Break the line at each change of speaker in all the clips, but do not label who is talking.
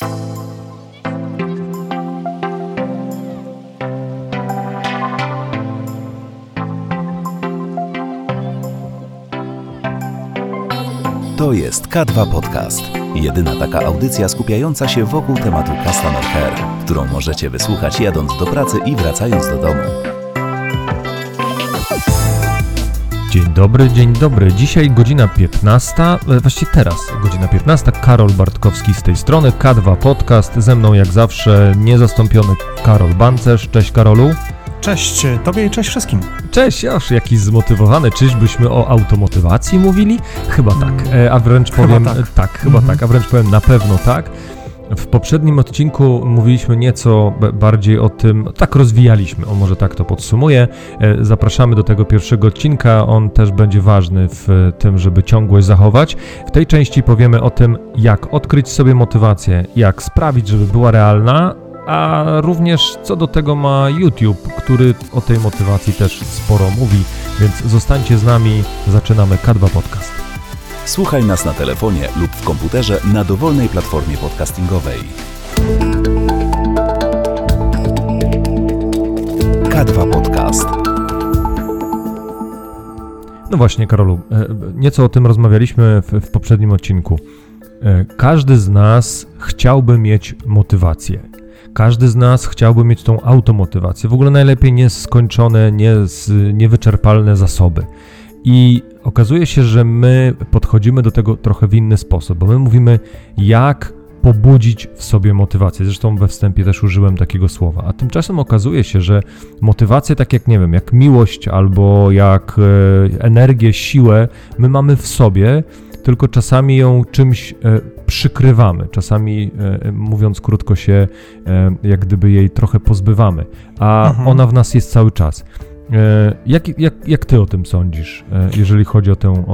To jest K2 Podcast. Jedyna taka audycja skupiająca się wokół tematu Customer Care, którą możecie wysłuchać jadąc do pracy i wracając do domu.
Dzień dobry. Dzisiaj godzina 15, właściwie teraz godzina 15. Karol Bartkowski z tej strony, K2 Podcast. Ze mną jak zawsze niezastąpiony Karol Bancerz. Cześć Karolu.
Cześć Tobie i cześć wszystkim.
Cześć, aż jakiś zmotywowany. Czyżbyśmy o automotywacji mówili? Chyba tak, a wręcz powiem tak, a wręcz powiem na pewno tak. W poprzednim odcinku mówiliśmy nieco bardziej o tym, tak rozwijaliśmy, może tak to podsumuję. Zapraszamy do tego pierwszego odcinka, on też będzie ważny w tym, żeby ciągłość zachować. W tej części powiemy o tym, jak odkryć sobie motywację, jak sprawić, żeby była realna, a również co do tego ma YouTube, który o tej motywacji też sporo mówi, więc zostańcie z nami, zaczynamy K2 Podcast.
Słuchaj nas na telefonie lub w komputerze na dowolnej platformie podcastingowej. K2 Podcast.
No właśnie, Karolu, nieco o tym rozmawialiśmy w poprzednim odcinku. Każdy z nas chciałby mieć motywację. Każdy z nas chciałby mieć tą automotywację. W ogóle najlepiej nieskończone, niewyczerpalne zasoby. I okazuje się, że my podchodzimy do tego trochę w inny sposób, bo my mówimy, jak pobudzić w sobie motywację. Zresztą we wstępie też użyłem takiego słowa. A tymczasem okazuje się, że motywację, tak jak, nie wiem, jak miłość albo jak energię, siłę, my mamy w sobie, tylko czasami ją czymś przykrywamy. Czasami, mówiąc krótko, się jak gdyby jej trochę pozbywamy. A ona w nas jest cały czas. Jak ty o tym sądzisz, jeżeli chodzi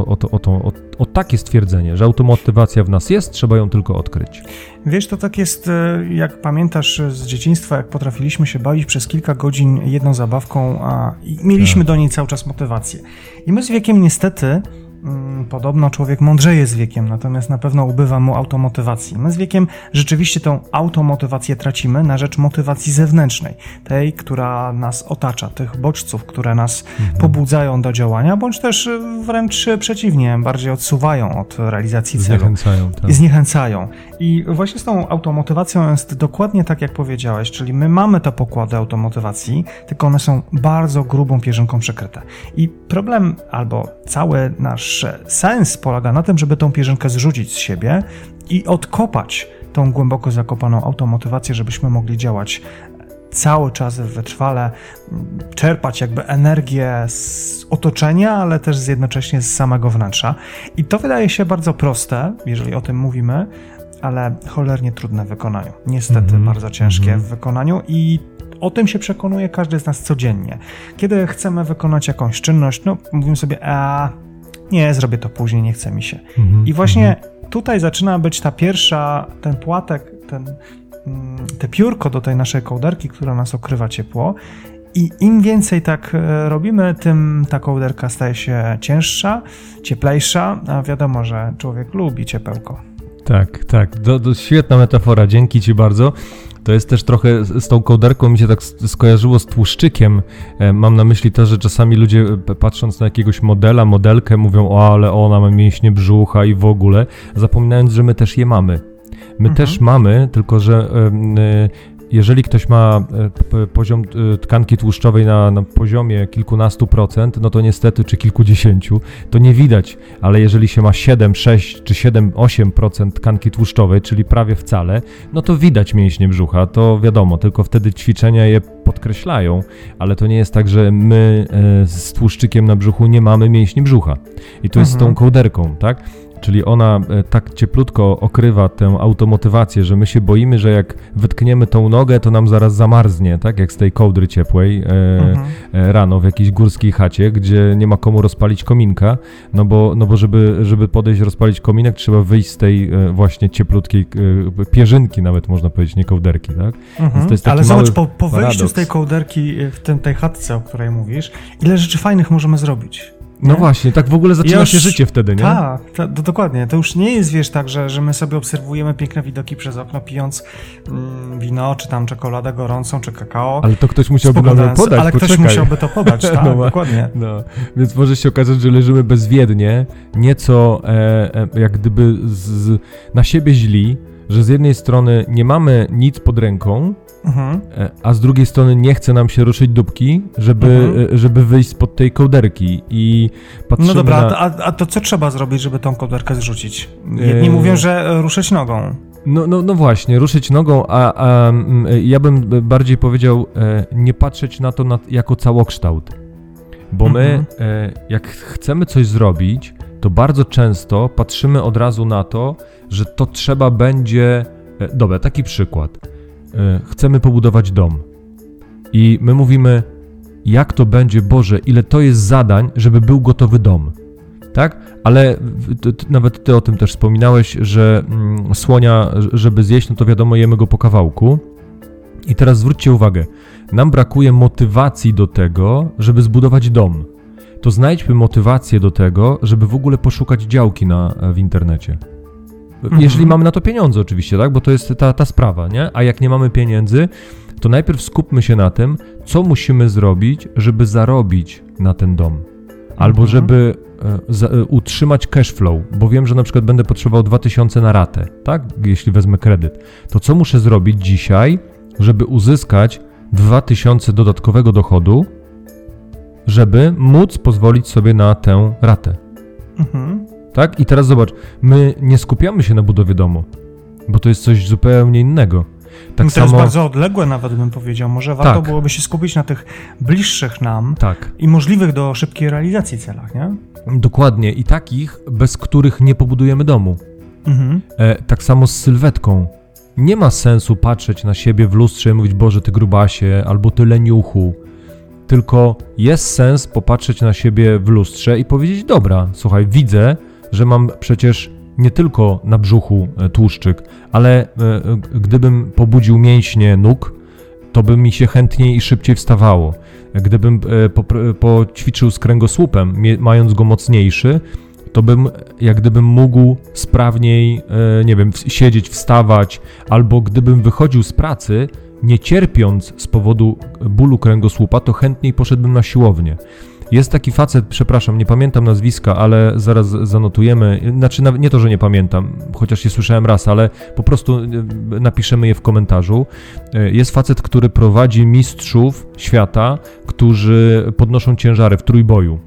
o takie stwierdzenie, że automotywacja w nas jest, trzeba ją tylko odkryć?
Wiesz, to tak jest, jak pamiętasz z dzieciństwa, jak potrafiliśmy się bawić przez kilka godzin jedną zabawką, i mieliśmy do niej cały czas motywację. I my z wiekiem niestety, podobno człowiek mądrzeje z wiekiem, natomiast na pewno ubywa mu automotywacji. My z wiekiem rzeczywiście tą automotywację tracimy na rzecz motywacji zewnętrznej, tej, która nas otacza, tych bodźców, które nas pobudzają do działania, bądź też wręcz przeciwnie, bardziej odsuwają od realizacji celu. Zniechęcają. I właśnie z tą automotywacją jest dokładnie tak, jak powiedziałeś, czyli my mamy te pokłady automotywacji, tylko one są bardzo grubą pierzynką przykryte. I problem, albo cały nasz sens polega na tym, żeby tą pierzynkę zrzucić z siebie i odkopać tą głęboko zakopaną automotywację, żebyśmy mogli działać cały czas wytrwale, czerpać jakby energię z otoczenia, ale też jednocześnie z samego wnętrza. I to wydaje się bardzo proste, jeżeli o tym mówimy, ale cholernie trudne w wykonaniu. Niestety bardzo ciężkie w wykonaniu i o tym się przekonuje każdy z nas codziennie. Kiedy chcemy wykonać jakąś czynność, mówimy sobie, nie, zrobię to później, nie chce mi się. I właśnie tutaj zaczyna być ta pierwsza, ten płatek, te piórko do tej naszej kołderki, która nas okrywa ciepło. I im więcej tak robimy, tym ta kołderka staje się cięższa, cieplejsza, a wiadomo, że człowiek lubi ciepełko.
Tak. Świetna metafora, dzięki Ci bardzo. To jest też trochę z tą kołderką mi się tak skojarzyło z tłuszczykiem. Mam na myśli to, że czasami ludzie patrząc na jakiegoś modela, modelkę mówią, ale ona ma mięśnie brzucha i w ogóle, zapominając, że my też je mamy. My też mamy, tylko że jeżeli ktoś ma poziom tkanki tłuszczowej na poziomie kilkunastu procent, no to niestety, czy kilkudziesięciu, to nie widać, ale jeżeli się ma 7, 6 czy 7, 8% tkanki tłuszczowej, czyli prawie wcale, no to widać mięśnie brzucha, to wiadomo, tylko wtedy ćwiczenia je podkreślają, ale to nie jest tak, że my z tłuszczykiem na brzuchu nie mamy mięśni brzucha. I to jest z tą kołderką, tak? Czyli ona tak cieplutko okrywa tę automotywację, że my się boimy, że jak wytkniemy tą nogę, to nam zaraz zamarznie, tak jak z tej kołdry ciepłej rano w jakiejś górskiej chacie, gdzie nie ma komu rozpalić kominka, no bo żeby podejść rozpalić kominek, trzeba wyjść z tej właśnie cieplutkiej pierzynki, nawet można powiedzieć, nie kołderki, tak? Więc to jest taki
ale zobacz, po wyjściu
paradoks.
z tej kołderki w tej chatce, o której mówisz, ile rzeczy fajnych możemy zrobić.
No właśnie, tak w ogóle zaczyna się życie wtedy, nie?
Tak, dokładnie. To już nie jest, wiesz, tak, że my sobie obserwujemy piękne widoki przez okno, pijąc wino, czy tam czekoladę gorącą, czy kakao.
Ale to ktoś musiałby nam podać,
ale ktoś musiałby to podać, tak,
no,
dokładnie.
No, więc może się okazać, że leżymy bezwiednie, nieco jak gdyby na siebie źli, że z jednej strony nie mamy nic pod ręką, a z drugiej strony nie chce nam się ruszyć dupki, żeby wyjść spod tej kołderki i patrzymy.
No dobra, a to co trzeba zrobić, żeby tą kołderkę zrzucić? Jedni mówią, że ruszyć nogą.
No właśnie, ruszyć nogą, a ja bym bardziej powiedział nie patrzeć na to jako całokształt. Bo my, jak chcemy coś zrobić, to bardzo często patrzymy od razu na to, że to trzeba będzie... Dobra, taki przykład. Chcemy pobudować dom. I my mówimy, jak to będzie, Boże, ile to jest zadań, żeby był gotowy dom. Tak? Ale nawet ty o tym też wspominałeś, że słonia, żeby zjeść, no to wiadomo, jemy go po kawałku. I teraz zwróćcie uwagę, nam brakuje motywacji do tego, żeby zbudować dom. To znajdźmy motywację do tego, żeby w ogóle poszukać działki w internecie. Jeżeli mamy na to pieniądze oczywiście, tak? Bo to jest ta sprawa, nie? A jak nie mamy pieniędzy, to najpierw skupmy się na tym, co musimy zrobić, żeby zarobić na ten dom. Albo żeby utrzymać cash flow, bo wiem, że na przykład będę potrzebował 2000 na ratę, tak? Jeśli wezmę kredyt. To co muszę zrobić dzisiaj, żeby uzyskać 2000 dodatkowego dochodu, żeby móc pozwolić sobie na tę ratę. Tak? I teraz zobacz, my nie skupiamy się na budowie domu, bo to jest coś zupełnie innego. Tak
to
samo...
jest bardzo odległe nawet, bym powiedział. Może warto byłoby się skupić na tych bliższych nam i możliwych do szybkiej realizacji celach, nie?
Dokładnie. I takich, bez których nie pobudujemy domu. Tak samo z sylwetką. Nie ma sensu patrzeć na siebie w lustrze i mówić, Boże, ty grubasie, albo ty leniuchu. Tylko jest sens popatrzeć na siebie w lustrze i powiedzieć, dobra, słuchaj, widzę, że mam przecież nie tylko na brzuchu tłuszczyk, ale gdybym pobudził mięśnie nóg, to by mi się chętniej i szybciej wstawało. Gdybym poćwiczył z kręgosłupem, mając go mocniejszy, to bym jak gdybym mógł sprawniej, nie wiem, siedzieć, wstawać, albo gdybym wychodził z pracy, nie cierpiąc z powodu bólu kręgosłupa, to chętniej poszedłbym na siłownię. Jest taki facet, przepraszam, nie pamiętam nazwiska, ale zaraz zanotujemy, znaczy nie to, że nie pamiętam, chociaż je słyszałem raz, ale po prostu napiszemy je w komentarzu. Jest facet, który prowadzi mistrzów świata, którzy podnoszą ciężary w trójboju.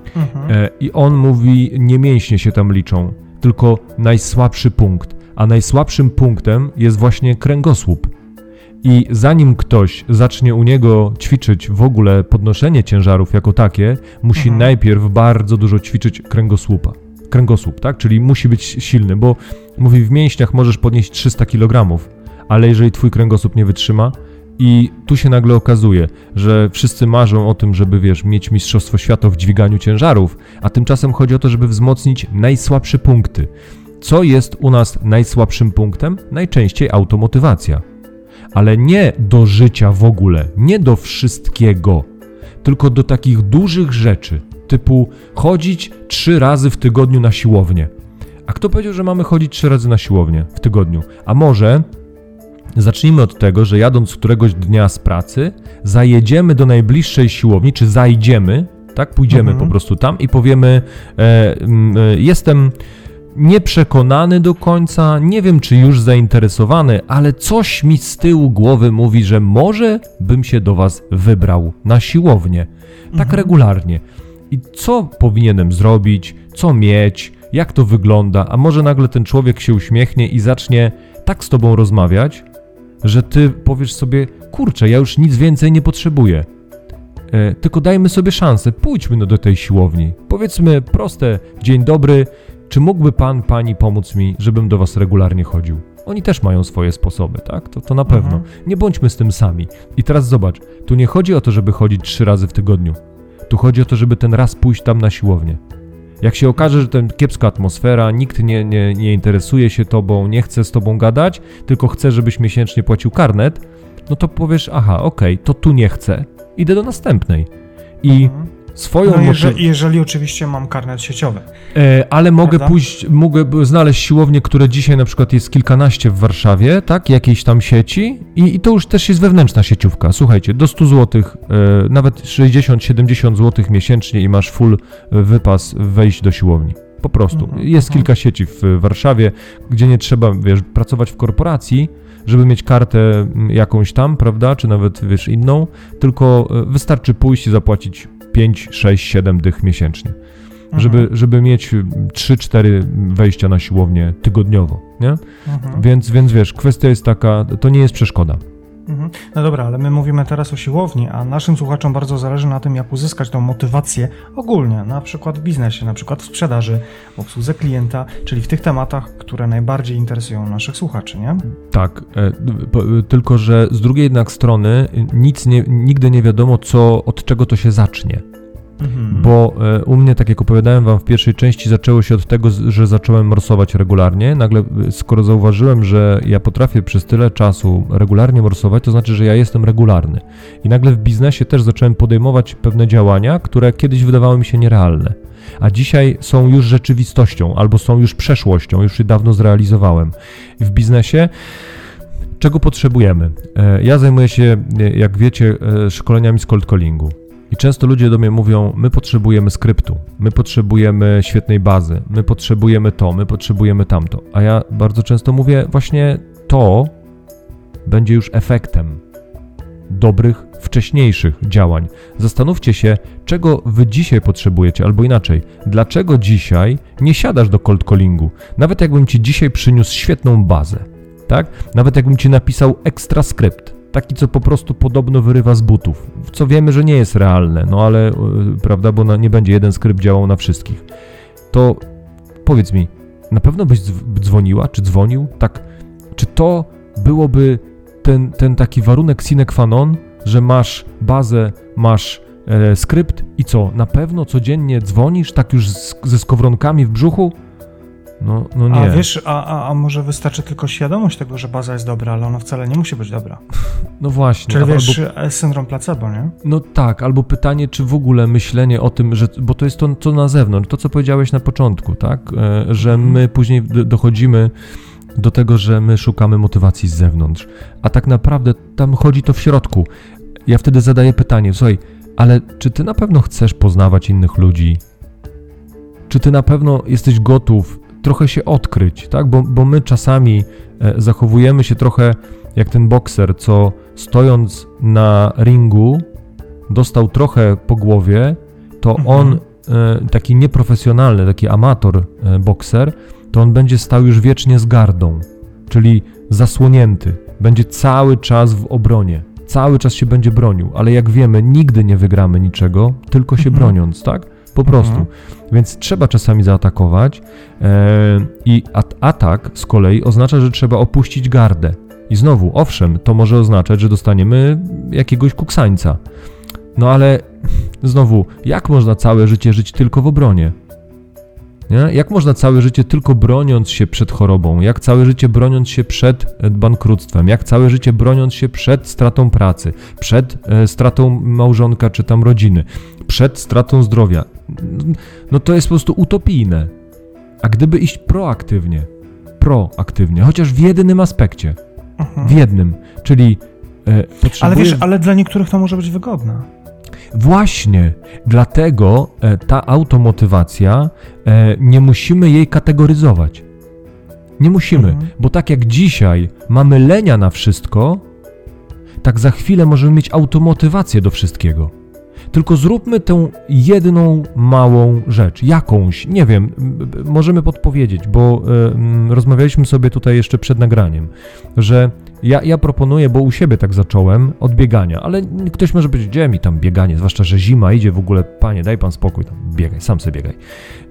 I on mówi, nie mięśnie się tam liczą, tylko najsłabszy punkt, a najsłabszym punktem jest właśnie kręgosłup. I zanim ktoś zacznie u niego ćwiczyć w ogóle podnoszenie ciężarów jako takie, musi najpierw bardzo dużo ćwiczyć kręgosłup, tak? Czyli musi być silny, bo mówi, w mięśniach możesz podnieść 300 kg, ale jeżeli twój kręgosłup nie wytrzyma, i tu się nagle okazuje, że wszyscy marzą o tym, żeby, mieć mistrzostwo świata w dźwiganiu ciężarów, a tymczasem chodzi o to, żeby wzmocnić najsłabsze punkty. Co jest u nas najsłabszym punktem? Najczęściej automotywacja. Ale nie do życia w ogóle, nie do wszystkiego, tylko do takich dużych rzeczy, typu chodzić 3 razy w tygodniu na siłownię. A kto powiedział, że mamy chodzić 3 razy na siłownię w tygodniu? A może zacznijmy od tego, że jadąc któregoś dnia z pracy, zajedziemy do najbliższej siłowni, czy zajdziemy, tak, pójdziemy po prostu tam i powiemy, jestem nieprzekonany do końca, nie wiem, czy już zainteresowany, ale coś mi z tyłu głowy mówi, że może bym się do was wybrał na siłownię. Tak regularnie. I co powinienem zrobić, co mieć, jak to wygląda, a może nagle ten człowiek się uśmiechnie i zacznie tak z tobą rozmawiać, że ty powiesz sobie, kurczę, ja już nic więcej nie potrzebuję. Tylko dajmy sobie szansę, pójdźmy do tej siłowni. Powiedzmy proste, dzień dobry, czy mógłby pan, pani pomóc mi, żebym do was regularnie chodził? Oni też mają swoje sposoby, tak? To na pewno. Nie bądźmy z tym sami. I teraz zobacz, tu nie chodzi o to, żeby chodzić 3 razy w tygodniu. Tu chodzi o to, żeby ten raz pójść tam na siłownię. Jak się okaże, że to kiepska atmosfera, nikt nie interesuje się tobą, nie chce z tobą gadać, tylko chce, żebyś miesięcznie płacił karnet, no to powiesz, aha, okej, to tu nie chcę, idę do następnej. I swoją...
Jeżeli oczywiście mam karnet sieciowy.
Ale mogę znaleźć siłownię, które dzisiaj na przykład jest kilkanaście w Warszawie, tak, jakiejś tam sieci i to już też jest wewnętrzna sieciówka. Słuchajcie, do 100 zł, nawet 60-70 zł miesięcznie i masz full wypas wejść do siłowni. Po prostu. Jest kilka sieci w Warszawie, gdzie nie trzeba, pracować w korporacji, żeby mieć kartę jakąś tam, prawda, czy nawet, inną, tylko wystarczy pójść i zapłacić 5, 6, 7 dych miesięcznie, żeby mieć 3-4 wejścia na siłownię tygodniowo, nie? Więc kwestia jest taka, to nie jest przeszkoda.
No dobra, ale my mówimy teraz o siłowni, a naszym słuchaczom bardzo zależy na tym, jak uzyskać tą motywację ogólnie, na przykład w biznesie, na przykład w sprzedaży, w obsłudze klienta, czyli w tych tematach, które najbardziej interesują naszych słuchaczy, nie?
Tak, tylko że z drugiej jednak strony nigdy nie wiadomo, od czego to się zacznie. Bo u mnie, tak jak opowiadałem wam w pierwszej części, zaczęło się od tego, że zacząłem morsować regularnie. Nagle, skoro zauważyłem, że ja potrafię przez tyle czasu regularnie morsować, to znaczy, że ja jestem regularny. I nagle w biznesie też zacząłem podejmować pewne działania, które kiedyś wydawały mi się nierealne. A dzisiaj są już rzeczywistością, albo są już przeszłością, już je dawno zrealizowałem. W biznesie czego potrzebujemy? Ja zajmuję się, jak wiecie, szkoleniami z cold callingu. I często ludzie do mnie mówią, my potrzebujemy skryptu, my potrzebujemy świetnej bazy, my potrzebujemy to, my potrzebujemy tamto. A ja bardzo często mówię, właśnie to będzie już efektem dobrych, wcześniejszych działań. Zastanówcie się, czego wy dzisiaj potrzebujecie, albo inaczej, dlaczego dzisiaj nie siadasz do cold callingu, nawet jakbym ci dzisiaj przyniósł świetną bazę, tak? Nawet jakbym ci napisał ekstra skrypt. Taki, co po prostu podobno wyrywa z butów, co wiemy, że nie jest realne, no ale, prawda, bo nie będzie jeden skrypt działał na wszystkich. To powiedz mi, na pewno byś dzwoniła, czy dzwonił? Tak, czy to byłoby ten taki warunek sine qua non, że masz bazę, masz skrypt i co, na pewno codziennie dzwonisz, tak już ze skowronkami w brzuchu? No nie.
A wiesz, a może wystarczy tylko świadomość tego, że baza jest dobra, ale ona wcale nie musi być dobra.
No właśnie.
Czyli wiesz, syndrom placebo, nie?
No tak, albo pytanie, czy w ogóle myślenie o tym, że, bo to jest to, co na zewnątrz, to co powiedziałeś na początku, tak? Że my później dochodzimy do tego, że my szukamy motywacji z zewnątrz, a tak naprawdę tam chodzi to w środku. Ja wtedy zadaję pytanie, słuchaj, ale czy ty na pewno chcesz poznawać innych ludzi? Czy ty na pewno jesteś gotów trochę się odkryć, tak? Bo my czasami zachowujemy się trochę jak ten bokser, co stojąc na ringu dostał trochę po głowie, to on, taki nieprofesjonalny, taki amator bokser, to on będzie stał już wiecznie z gardą, czyli zasłonięty, będzie cały czas w obronie, cały czas się będzie bronił, ale jak wiemy, nigdy nie wygramy niczego, tylko się broniąc, tak? Po prostu. Więc trzeba czasami zaatakować i atak z kolei oznacza, że trzeba opuścić gardę. I znowu, owszem, to może oznaczać, że dostaniemy jakiegoś kuksańca. No ale znowu, jak można całe życie żyć tylko w obronie? Nie? Jak można całe życie tylko broniąc się przed chorobą? Jak całe życie broniąc się przed bankructwem? Jak całe życie broniąc się przed stratą pracy? Przed stratą małżonka czy tam rodziny? Przed stratą zdrowia? No to jest po prostu utopijne. A gdyby iść proaktywnie, chociaż w jedynym aspekcie, w jednym, czyli
Ale wiesz, ale dla niektórych to może być wygodne.
Właśnie, dlatego ta automotywacja, nie musimy jej kategoryzować. Nie musimy, bo tak jak dzisiaj mamy lenia na wszystko, tak za chwilę możemy mieć automotywację do wszystkiego. Tylko zróbmy tę jedną małą rzecz, jakąś, nie wiem, możemy podpowiedzieć, bo rozmawialiśmy sobie tutaj jeszcze przed nagraniem, że ja proponuję, bo u siebie tak zacząłem, od biegania, ale ktoś może powiedzieć, gdzie mi tam bieganie, zwłaszcza, że zima idzie w ogóle, panie, daj pan spokój, tam biegaj, sam sobie biegaj.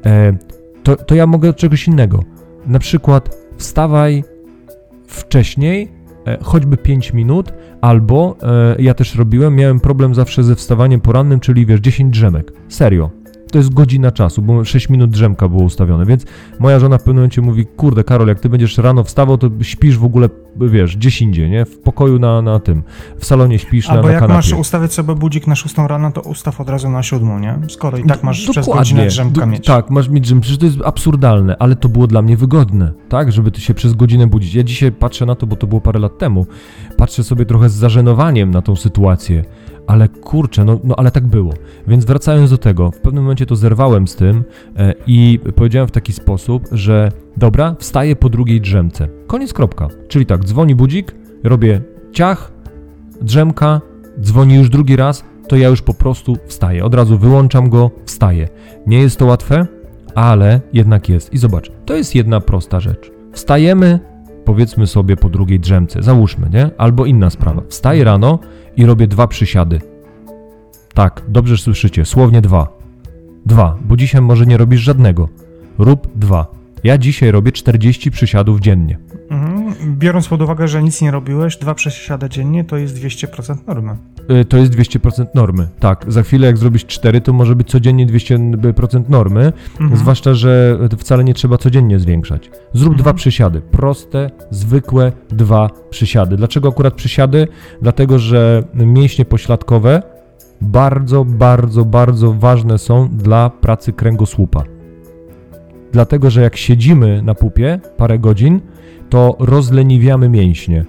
To ja mogę od czegoś innego, na przykład wstawaj wcześniej, choćby 5 minut, albo ja też miałem problem zawsze ze wstawaniem porannym, czyli 10 drzemek. Serio. To jest godzina czasu, bo 6 minut drzemka było ustawione, więc moja żona w pewnym momencie mówi, kurde Karol, jak ty będziesz rano wstawał, to śpisz w ogóle, wiesz, gdzieś indziej, nie? W pokoju na tym, w salonie śpisz na kanapie.
Albo jak masz ustawiać sobie budzik na 6 rano, to ustaw od razu na 7, nie? Skoro i tak masz
Dokładnie.
przez godzinę drzemka mieć.
Tak, masz mieć drzemkę, przecież to jest absurdalne, ale to było dla mnie wygodne, tak? Żeby ty się przez godzinę budzić. Ja dzisiaj patrzę na to, bo to było parę lat temu, patrzę sobie trochę z zażenowaniem na tą sytuację. Ale kurczę, no ale tak było. Więc wracając do tego, w pewnym momencie to zerwałem z tym i powiedziałem w taki sposób, że dobra, wstaję po drugiej drzemce. Koniec, kropka. Czyli tak, dzwoni budzik, robię ciach, drzemka, dzwoni już drugi raz, to ja już po prostu wstaję. Od razu wyłączam go, wstaję. Nie jest to łatwe, ale jednak jest. I zobacz, to jest jedna prosta rzecz. Wstajemy, powiedzmy sobie po drugiej drzemce, załóżmy, nie? Albo inna sprawa. Wstaję rano i robię 2 przysiady. Tak, dobrze słyszycie, słownie 2. 2, bo dzisiaj może nie robisz żadnego. Rób 2. Ja dzisiaj robię 40 przysiadów dziennie.
Biorąc pod uwagę, że nic nie robiłeś, 2 przysiady dziennie to jest 200% normy.
To jest 200% normy, tak. Za chwilę jak zrobisz 4, to może być codziennie 200% normy, zwłaszcza, że wcale nie trzeba codziennie zwiększać. Zrób 2 przysiady, proste, zwykłe 2 przysiady. Dlaczego akurat przysiady? Dlatego, że mięśnie pośladkowe bardzo, bardzo, bardzo ważne są dla pracy kręgosłupa. Dlatego, że jak siedzimy na pupie parę godzin, to rozleniwiamy mięśnie.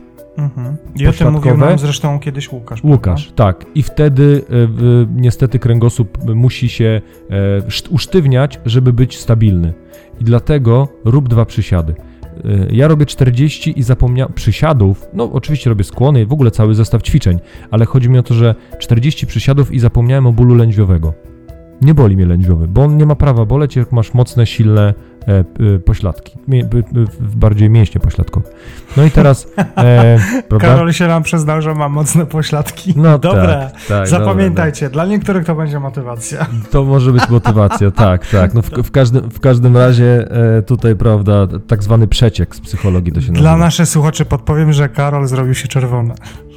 I o tym mówił nam zresztą kiedyś Łukasz.
Łukasz, tak. I wtedy niestety kręgosłup musi się usztywniać, żeby być stabilny. I dlatego rób 2 przysiady. Ja robię 40 i zapomniałem przysiadów, no oczywiście robię skłony, w ogóle cały zestaw ćwiczeń, ale chodzi mi o to, że 40 przysiadów i zapomniałem o bólu lędźwiowego. Nie boli mnie lędźwiowy, bo on nie ma prawa boleć, jak masz mocne, silne pośladki, bardziej mięśnie pośladkowe. No i teraz, prawda?
Karol się nam przyznał, że ma mocne pośladki.
No
dobre,
tak,
zapamiętajcie,
dobre.
Dla niektórych to będzie motywacja.
To może być motywacja, tak. No w każdym razie tutaj, prawda, tak zwany przeciek z psychologii to się nazywa.
Dla naszych słuchaczy podpowiem, że Karol zrobił się czerwony.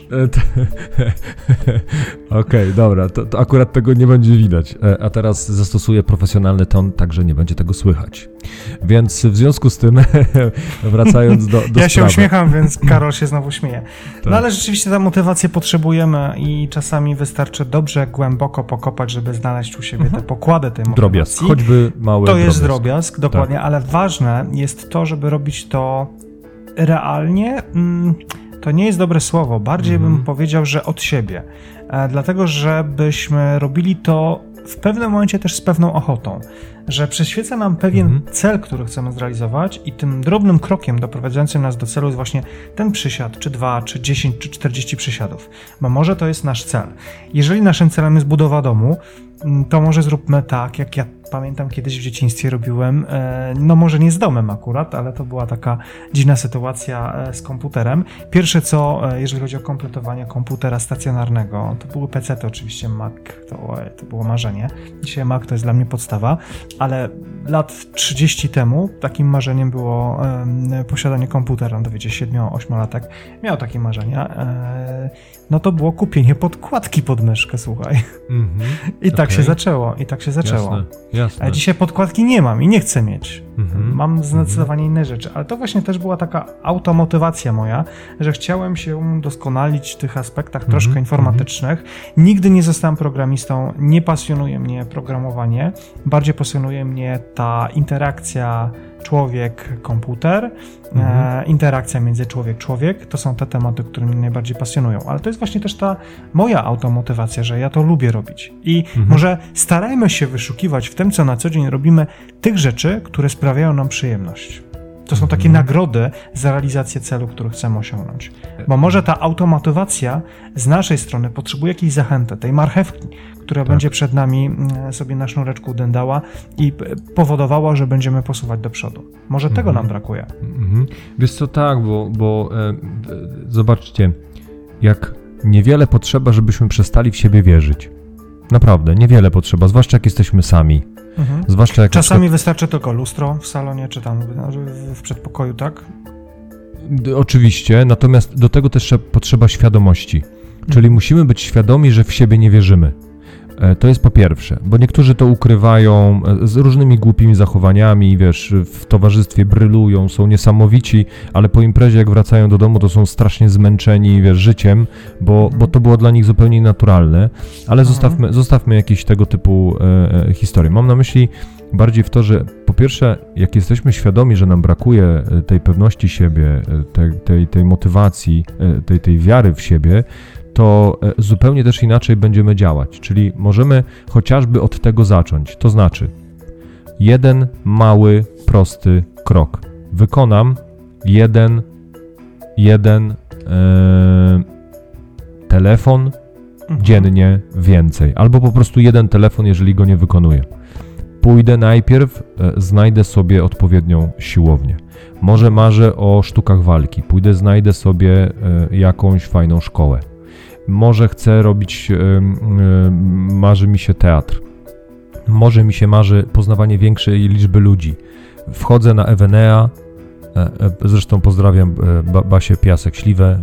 Okej, dobra, to akurat tego nie będzie widać, a teraz zastosuję profesjonalny ton, także nie będzie tego słychać. Więc w związku z tym, wracając do
ja się
sprawy.
uśmiecham, więc Karol się znowu śmieje.
Tak.
No ale rzeczywiście tę motywację potrzebujemy i czasami wystarczy dobrze, głęboko pokopać, żeby znaleźć u siebie te pokłady tej motywacji.
Drobiazg, choćby mały
To jest drobiazg, dokładnie,
tak.
Ale ważne jest to, żeby robić to realnie. To nie jest dobre słowo, bardziej bym powiedział, że od siebie. Dlatego, żebyśmy robili to w pewnym momencie też z pewną ochotą, że przyświeca nam pewien cel, który chcemy zrealizować i tym drobnym krokiem doprowadzającym nas do celu jest właśnie ten przysiad, czy 2, czy 10, czy 40 przysiadów, bo może to jest nasz cel. Jeżeli naszym celem jest budowa domu, to może zróbmy tak, jak ja pamiętam kiedyś w dzieciństwie robiłem, no może nie z domem akurat, ale to była taka dziwna sytuacja z komputerem. Pierwsze co, jeżeli chodzi o kompletowanie komputera stacjonarnego, to były PC-ty oczywiście, Mac to było marzenie. Dzisiaj Mac to jest dla mnie podstawa, ale lat 30 temu takim marzeniem było posiadanie komputera, no to wiecie, 7-8-latek miał takie marzenia, no to było kupienie podkładki pod myszkę, słuchaj. I tak się zaczęło,
Jasne.
Dzisiaj podkładki nie mam i nie chcę mieć. Mam zdecydowanie inne rzeczy, ale to właśnie też była taka automotywacja moja, że chciałem się doskonalić w tych aspektach troszkę informatycznych. Nigdy nie zostałem programistą, nie pasjonuje mnie programowanie, bardziej pasjonuje mnie ta interakcja człowiek-komputer, interakcja między człowiek-człowiek, to są te tematy, które mnie najbardziej pasjonują, ale to jest właśnie też ta moja automotywacja, że ja to lubię robić i może starajmy się wyszukiwać w tym, co na co dzień robimy, tych rzeczy, które sprawiają nam przyjemność. To są takie nagrody za realizację celu, który chcemy osiągnąć. Bo może ta automotywacja z naszej strony potrzebuje jakiejś zachęty, tej marchewki, która będzie przed nami sobie na sznureczku dędała i powodowała, że będziemy posuwać do przodu. Może tego nam brakuje.
Wiesz co, tak, bo zobaczcie, jak niewiele potrzeba, żebyśmy przestali w siebie wierzyć. Naprawdę, niewiele potrzeba, zwłaszcza jak jesteśmy sami. Zwłaszcza jak
czasami wystarczy tylko lustro w salonie, czy tam w przedpokoju, tak?
Oczywiście, natomiast do tego też potrzeba świadomości. Czyli musimy być świadomi, że w siebie nie wierzymy. To jest po pierwsze, bo niektórzy to ukrywają z różnymi głupimi zachowaniami, wiesz, w towarzystwie brylują, są niesamowici, ale po imprezie jak wracają do domu, to są strasznie zmęczeni, wiesz, życiem, bo to było dla nich zupełnie naturalne, ale zostawmy jakieś tego typu historie. Mam na myśli bardziej w to, że po pierwsze, jak jesteśmy świadomi, że nam brakuje tej pewności siebie, tej motywacji, tej wiary w siebie, to zupełnie też inaczej będziemy działać. Czyli możemy chociażby od tego zacząć. To znaczy, jeden mały, prosty krok. Wykonam jeden telefon dziennie więcej. Albo po prostu jeden telefon, jeżeli go nie wykonuję. Pójdę najpierw, znajdę sobie odpowiednią siłownię. Może marzę o sztukach walki. Pójdę, znajdę sobie jakąś fajną szkołę. Może chcę robić, marzy mi się teatr. Może mi się marzy poznawanie większej liczby ludzi. Wchodzę na Evenea, zresztą pozdrawiam Basię Piasek-Śliwę,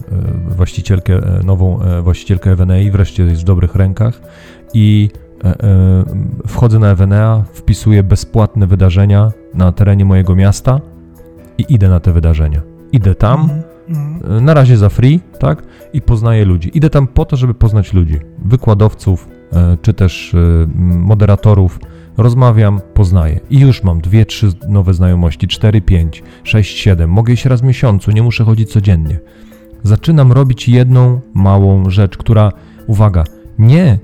nową właścicielkę Evenei, wreszcie jest w dobrych rękach i wchodzę na Evenea, wpisuję bezpłatne wydarzenia na terenie mojego miasta i idę na te wydarzenia. Idę tam, na razie za free, tak? I poznaję ludzi. Idę tam po to, żeby poznać ludzi. Wykładowców, czy też moderatorów. Rozmawiam, poznaję. I już mam 2-3 nowe znajomości, 4, 5, 6, 7. Mogę iść raz w miesiącu, nie muszę chodzić codziennie. Zaczynam robić jedną małą rzecz, która, uwaga, nie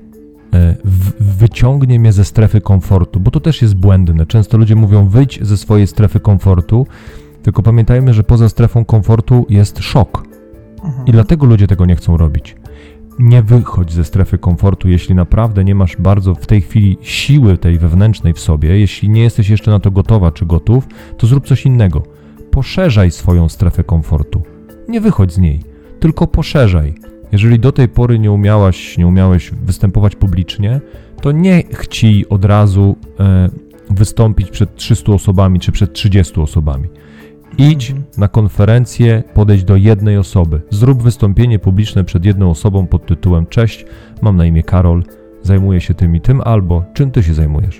wyciągnie mnie ze strefy komfortu, bo to też jest błędne. Często ludzie mówią, wyjdź ze swojej strefy komfortu, tylko pamiętajmy, że poza strefą komfortu jest szok. I dlatego ludzie tego nie chcą robić. Nie wychodź ze strefy komfortu, jeśli naprawdę nie masz bardzo w tej chwili siły tej wewnętrznej w sobie, jeśli nie jesteś jeszcze na to gotowa czy gotów, to zrób coś innego. Poszerzaj swoją strefę komfortu. Nie wychodź z niej, tylko poszerzaj. Jeżeli do tej pory nie umiałeś występować publicznie, to nie chcij od razu wystąpić przed 300 osobami czy przed 30 osobami. Idź na konferencję, podejdź do jednej osoby. Zrób wystąpienie publiczne przed jedną osobą pod tytułem: cześć, mam na imię Karol, zajmuję się tym i tym, albo czym ty się zajmujesz?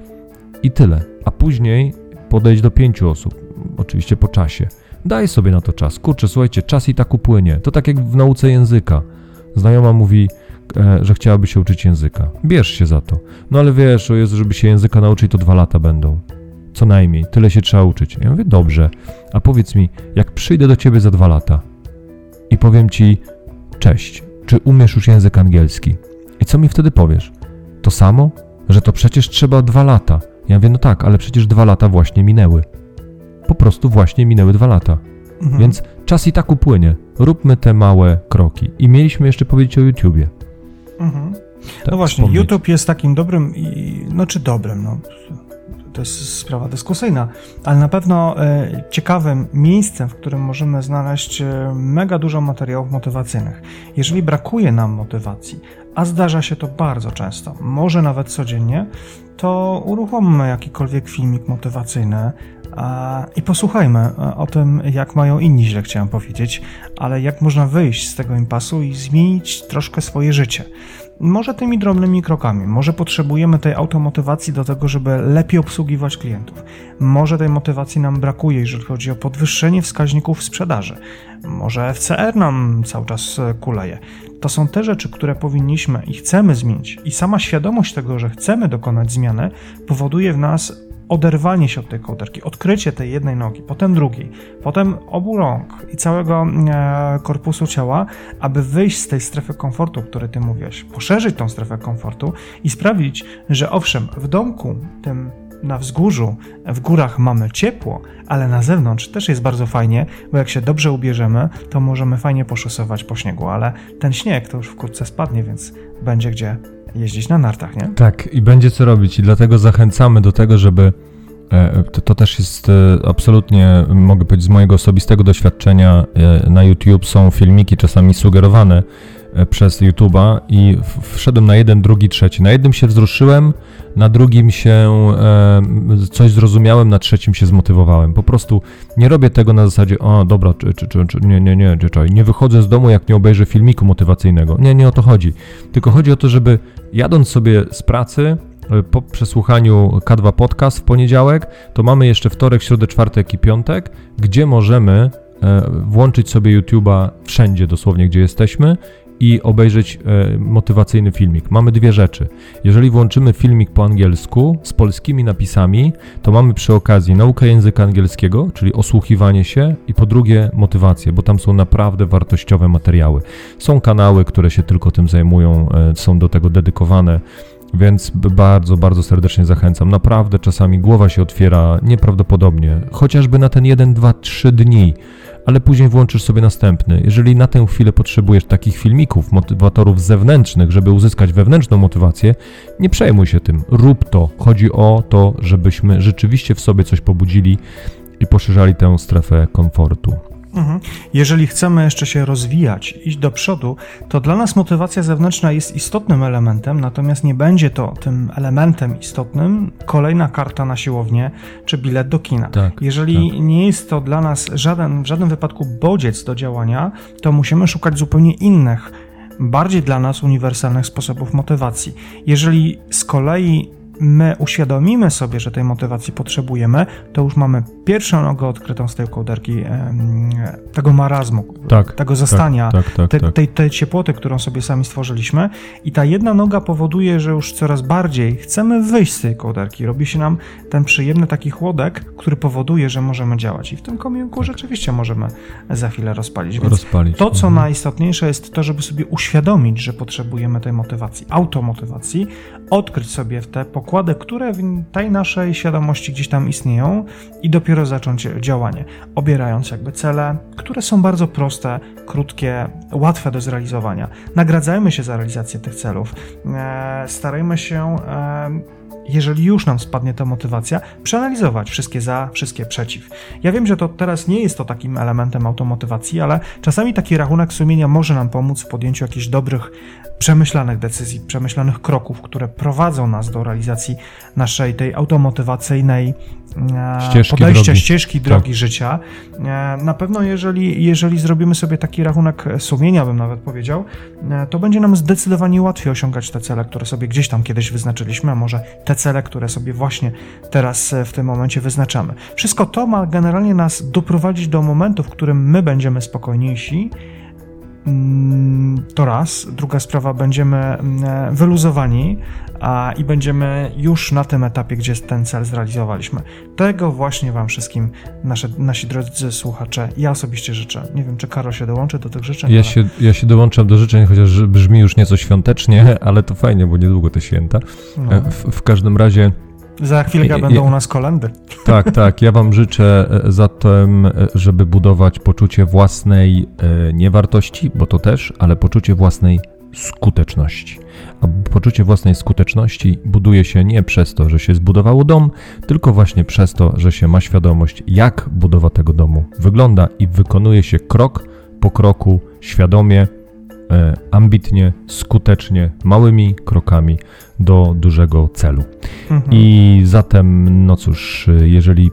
I tyle. A później podejdź do 5 osób, oczywiście po czasie. Daj sobie na to czas. Kurczę, słuchajcie, czas i tak upłynie. To tak jak w nauce języka. Znajoma mówi, że chciałaby się uczyć języka. Bierz się za to. No ale wiesz, żeby się języka nauczyć, to 2 lata będą. Co najmniej, tyle się trzeba uczyć. Ja mówię, dobrze, a powiedz mi, jak przyjdę do ciebie za 2 lata i powiem ci, cześć, czy umiesz już język angielski? I co mi wtedy powiesz? To samo? Że to przecież trzeba 2 lata. Ja mówię, no tak, ale przecież 2 lata właśnie minęły. Po prostu właśnie minęły 2 lata. Więc czas i tak upłynie. Róbmy te małe kroki. I mieliśmy jeszcze powiedzieć o YouTubie.
Tak, no właśnie, wspomnieć. YouTube jest takim dobrym, to jest sprawa dyskusyjna, ale na pewno ciekawym miejscem, w którym możemy znaleźć mega dużo materiałów motywacyjnych. Jeżeli brakuje nam motywacji, a zdarza się to bardzo często, może nawet codziennie, to uruchommy jakikolwiek filmik motywacyjny i posłuchajmy o tym, jak mają inni, źle chciałem powiedzieć, ale jak można wyjść z tego impasu i zmienić troszkę swoje życie. Może tymi drobnymi krokami, może potrzebujemy tej automotywacji do tego, żeby lepiej obsługiwać klientów. Może tej motywacji nam brakuje, jeżeli chodzi o podwyższenie wskaźników sprzedaży. Może FCR nam cały czas kuleje. To są te rzeczy, które powinniśmy i chcemy zmienić. I sama świadomość tego, że chcemy dokonać zmiany, powoduje w nas oderwanie się od tej kołderki, odkrycie tej jednej nogi, potem drugiej, potem obu rąk i całego korpusu ciała, aby wyjść z tej strefy komfortu, o której ty mówiłeś, poszerzyć tą strefę komfortu i sprawić, że owszem, w domku, tym na wzgórzu, w górach mamy ciepło, ale na zewnątrz też jest bardzo fajnie, bo jak się dobrze ubierzemy, to możemy fajnie poszosować po śniegu, ale ten śnieg to już wkrótce spadnie, więc będzie gdzie jeździć na nartach, nie?
Tak, i będzie co robić i dlatego zachęcamy do tego, żeby to też jest absolutnie, mogę powiedzieć, z mojego osobistego doświadczenia, na YouTube są filmiki czasami sugerowane przez YouTube'a i wszedłem na 1, 2, 3. Na jednym się wzruszyłem, na drugim się coś zrozumiałem, na trzecim się zmotywowałem. Po prostu nie robię tego na zasadzie, o dobra, nie wychodzę z domu, jak nie obejrzę filmiku motywacyjnego. Nie o to chodzi. Tylko chodzi o to, żeby Jadąc sobie z pracy, po przesłuchaniu K2 Podcast w poniedziałek, to mamy jeszcze wtorek, środę, czwartek i piątek, gdzie możemy włączyć sobie YouTube'a wszędzie dosłownie, gdzie jesteśmy i obejrzeć motywacyjny filmik. Mamy dwie rzeczy. Jeżeli włączymy filmik po angielsku z polskimi napisami, to mamy przy okazji naukę języka angielskiego, czyli osłuchiwanie się i po drugie motywację, bo tam są naprawdę wartościowe materiały. Są kanały, które się tylko tym zajmują, są do tego dedykowane, więc bardzo, bardzo serdecznie zachęcam. Naprawdę czasami głowa się otwiera nieprawdopodobnie, chociażby na ten 1, 2, 3 dni, ale później włączysz sobie następny. Jeżeli na tę chwilę potrzebujesz takich filmików, motywatorów zewnętrznych, żeby uzyskać wewnętrzną motywację, nie przejmuj się tym, rób to. Chodzi o to, żebyśmy rzeczywiście w sobie coś pobudzili i poszerzali tę strefę komfortu.
Jeżeli chcemy jeszcze się rozwijać, iść do przodu, to dla nas motywacja zewnętrzna jest istotnym elementem, natomiast nie będzie to tym elementem istotnym kolejna karta na siłownię czy bilet do kina. Jeżeli nie jest to dla nas w żadnym wypadku bodziec do działania, to musimy szukać zupełnie innych, bardziej dla nas uniwersalnych sposobów motywacji. Jeżeli z kolei my uświadomimy sobie, że tej motywacji potrzebujemy, to już mamy pierwszą nogę odkrytą z tej kołderki tego marazmu, tego zastania, tej ciepłoty, którą sobie sami stworzyliśmy, i ta jedna noga powoduje, że już coraz bardziej chcemy wyjść z tej kołderki. Robi się nam ten przyjemny taki chłodek, który powoduje, że możemy działać i w tym kominku rzeczywiście możemy za chwilę rozpalić. Więc to, co najistotniejsze, jest to, żeby sobie uświadomić, że potrzebujemy tej motywacji, automotywacji, odkryć sobie te pokłady, które w tej naszej świadomości gdzieś tam istnieją i dopiero zacząć działanie, obierając jakby cele, które są bardzo proste, krótkie, łatwe do zrealizowania. Nagradzajmy się za realizację tych celów. Starajmy się, jeżeli już nam spadnie ta motywacja, przeanalizować wszystkie za, wszystkie przeciw. Ja wiem, że to teraz nie jest to takim elementem automotywacji, ale czasami taki rachunek sumienia może nam pomóc w podjęciu jakichś dobrych, przemyślanych decyzji, przemyślanych kroków, które prowadzą nas do realizacji naszej tej automotywacyjnej ścieżki drogi życia. Na pewno jeżeli zrobimy sobie taki rachunek sumienia, bym nawet powiedział, to będzie nam zdecydowanie łatwiej osiągać te cele, które sobie gdzieś tam kiedyś wyznaczyliśmy, a może te cele, które sobie właśnie teraz w tym momencie wyznaczamy. Wszystko to ma generalnie nas doprowadzić do momentu, w którym my będziemy spokojniejsi. To raz. Druga sprawa, będziemy wyluzowani i będziemy już na tym etapie, gdzie ten cel zrealizowaliśmy. Tego właśnie Wam wszystkim, nasi drodzy słuchacze, ja osobiście życzę. Nie wiem, czy Karol się dołączy do tych życzeń.
Ja się dołączam do życzeń, chociaż brzmi już nieco świątecznie, ale to fajnie, bo niedługo te święta. No. W każdym razie...
Za chwilkę będą u nas kolędy.
Tak. Ja Wam życzę zatem, żeby budować poczucie własnej niewartości, bo to też, ale poczucie własnej skuteczności. A poczucie własnej skuteczności buduje się nie przez to, że się zbudowało dom, tylko właśnie przez to, że się ma świadomość, jak budowa tego domu wygląda i wykonuje się krok po kroku, świadomie, ambitnie, skutecznie, małymi krokami do dużego celu. I zatem, no cóż, jeżeli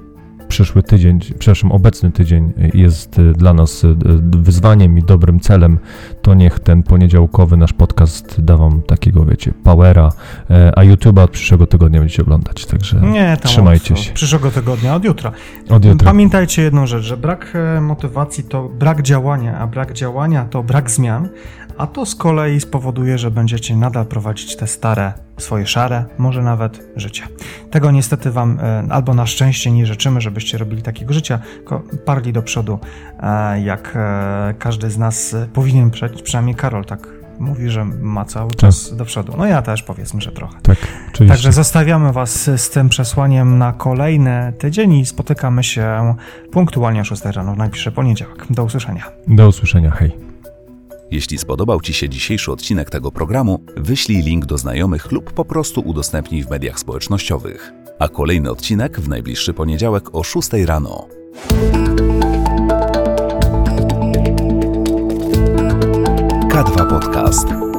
obecny tydzień jest dla nas wyzwaniem i dobrym celem, to niech ten poniedziałkowy nasz podcast da Wam takiego, wiecie, powera, a YouTube'a od przyszłego tygodnia będziecie oglądać, także trzymajcie się.
Od przyszłego tygodnia, od jutra. Pamiętajcie jedną rzecz, że brak motywacji to brak działania, a brak działania to brak zmian, a to z kolei spowoduje, że będziecie nadal prowadzić te stare, swoje szare, może nawet życie. Tego niestety Wam, albo na szczęście, nie życzymy, żebyście robili takiego życia, tylko parli do przodu, jak każdy z nas powinien, przynajmniej Karol tak mówi, że ma cały czas do przodu. No ja też, powiedzmy, że trochę.
Tak, oczywiście.
Także zostawiamy Was z tym przesłaniem na kolejny tydzień i spotykamy się punktualnie o 6 rano w najbliższy poniedziałek. Do usłyszenia.
Do usłyszenia, hej.
Jeśli spodobał Ci się dzisiejszy odcinek tego programu, wyślij link do znajomych lub po prostu udostępnij w mediach społecznościowych. A kolejny odcinek w najbliższy poniedziałek o 6 rano. K2 Podcast.